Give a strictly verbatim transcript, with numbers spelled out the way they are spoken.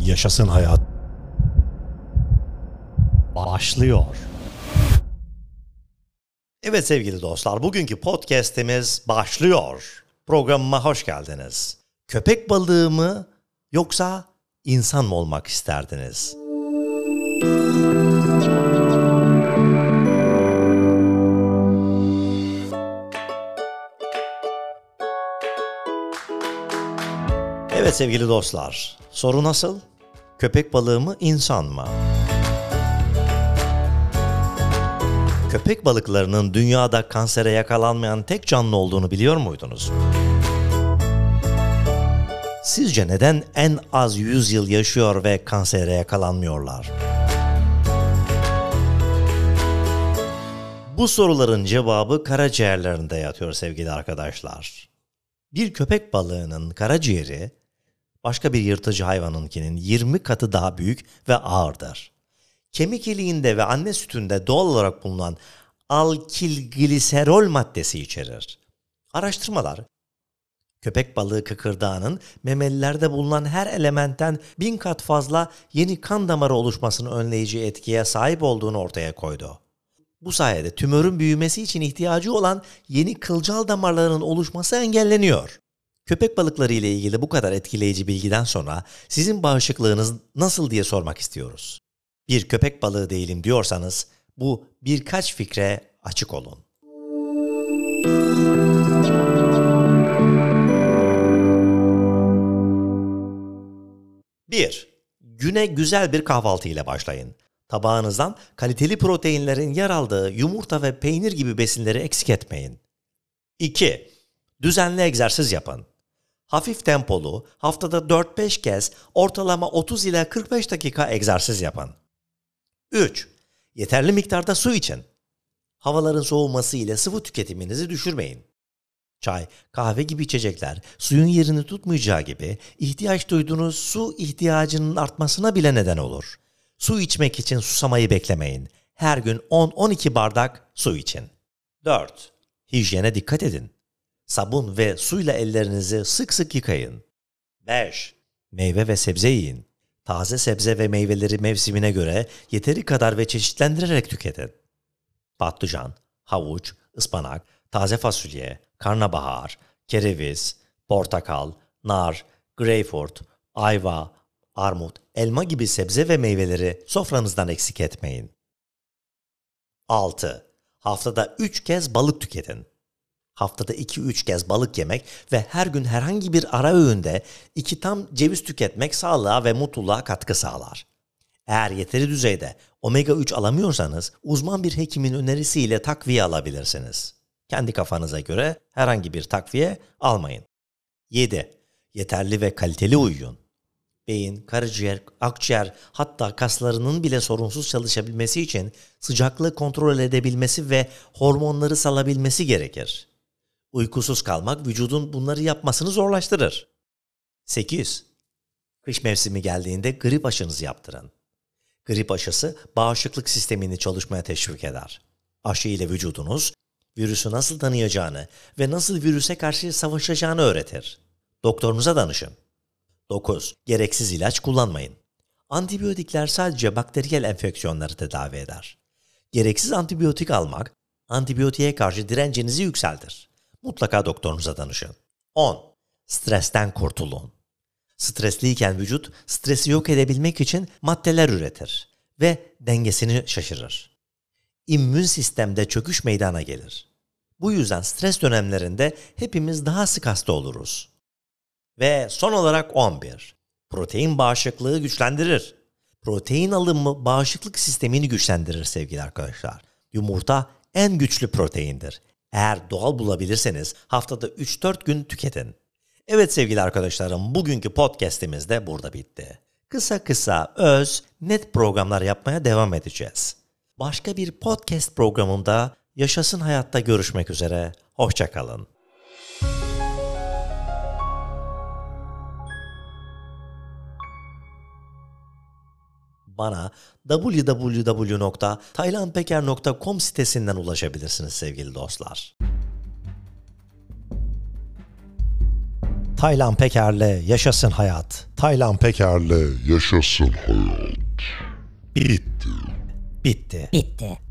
Yaşasın hayat. Başlıyor. Evet sevgili dostlar, bugünkü podcast'imiz başlıyor. Programıma hoş geldiniz. Köpek balığı mı yoksa insan mı olmak isterdiniz? Evet sevgili dostlar, soru nasıl? Köpek balığı mı, insan mı? Köpek balıklarının dünyada kansere yakalanmayan tek canlı olduğunu biliyor muydunuz? Sizce neden en az yüz yıl yaşıyor ve kansere yakalanmıyorlar? Bu soruların cevabı karaciğerlerinde yatıyor sevgili arkadaşlar. Bir köpek balığının karaciğeri başka bir yırtıcı hayvanınkinin yirmi katı daha büyük ve ağırdır. Kemik iliğinde ve anne sütünde doğal olarak bulunan alkilgliserol maddesi içerir. Araştırmalar, köpek balığı kıkırdağının memelilerde bulunan her elementten bin kat fazla yeni kan damarı oluşmasını önleyici etkiye sahip olduğunu ortaya koydu. Bu sayede tümörün büyümesi için ihtiyacı olan yeni kılcal damarların oluşması engelleniyor. Köpek balıkları ile ilgili bu kadar etkileyici bilgiden sonra sizin bağışıklığınız nasıl diye sormak istiyoruz. Bir köpek balığı değilim diyorsanız bu birkaç fikre açık olun. bir. Güne güzel bir kahvaltı ile başlayın. Tabağınızdan kaliteli proteinlerin yer aldığı yumurta ve peynir gibi besinleri eksik etmeyin. iki. Düzenli egzersiz yapın. Hafif tempolu, haftada dört beş kez ortalama otuz ila kırk beş dakika egzersiz yapın. üç. Yeterli miktarda su için. Havaların soğuması ile sıvı tüketiminizi düşürmeyin. Çay, kahve gibi içecekler suyun yerini tutmayacağı gibi ihtiyaç duyduğunuz su ihtiyacının artmasına bile neden olur. Su içmek için susamayı beklemeyin. Her gün on on iki bardak su için. dört. Hijyene dikkat edin. Sabun ve suyla ellerinizi sık sık yıkayın. beş. Meyve ve sebze yiyin. Taze sebze ve meyveleri mevsimine göre yeteri kadar ve çeşitlendirerek tüketin. Patlıcan, havuç, ıspanak, taze fasulye, karnabahar, kereviz, portakal, nar, greyfurt, ayva, armut, elma gibi sebze ve meyveleri sofranızdan eksik etmeyin. altı. Haftada üç kez balık tüketin. Haftada iki üç kez balık yemek ve her gün herhangi bir ara öğünde iki tam ceviz tüketmek sağlığa ve mutluluğa katkı sağlar. Eğer yeteri düzeyde omega üç alamıyorsanız uzman bir hekimin önerisiyle takviye alabilirsiniz. Kendi kafanıza göre herhangi bir takviye almayın. yedi. Yeterli ve kaliteli uyuyun. Beyin, karaciğer, akciğer hatta kaslarının bile sorunsuz çalışabilmesi için sıcaklığı kontrol edebilmesi ve hormonları salabilmesi gerekir. Uykusuz kalmak vücudun bunları yapmasını zorlaştırır. sekiz. Kış mevsimi geldiğinde grip aşınızı yaptırın. Grip aşısı bağışıklık sistemini çalışmaya teşvik eder. Aşı ile vücudunuz virüsü nasıl tanıyacağını ve nasıl virüse karşı savaşacağını öğretir. Doktorunuza danışın. dokuz. Gereksiz ilaç kullanmayın. Antibiyotikler sadece bakteriyel enfeksiyonları tedavi eder. Gereksiz antibiyotik almak, antibiyotiğe karşı direncinizi yükseltir. Mutlaka doktorunuza danışın. on. Stresten kurtulun. Stresliyken vücut stresi yok edebilmek için maddeler üretir ve dengesini şaşırır. İmmün sistemde çöküş meydana gelir. Bu yüzden stres dönemlerinde hepimiz daha sık hasta oluruz. Ve son olarak on bir. Protein bağışıklığı güçlendirir. Protein alımı bağışıklık sistemini güçlendirir sevgili arkadaşlar. Yumurta en güçlü proteindir. Eğer doğal bulabilirseniz haftada üç dört gün tüketin. Evet sevgili arkadaşlarım, bugünkü podcast'imiz de burada bitti. Kısa kısa, öz, net programlar yapmaya devam edeceğiz. Başka bir podcast programında Yaşasın Hayatta görüşmek üzere. Hoşça kalın. Bana double-u double-u double-u nokta taylanpeker nokta com sitesinden ulaşabilirsiniz sevgili dostlar. Taylan Peker'le yaşasın hayat. Taylan Peker'le yaşasın hayat. Bitti. Bitti. Bitti.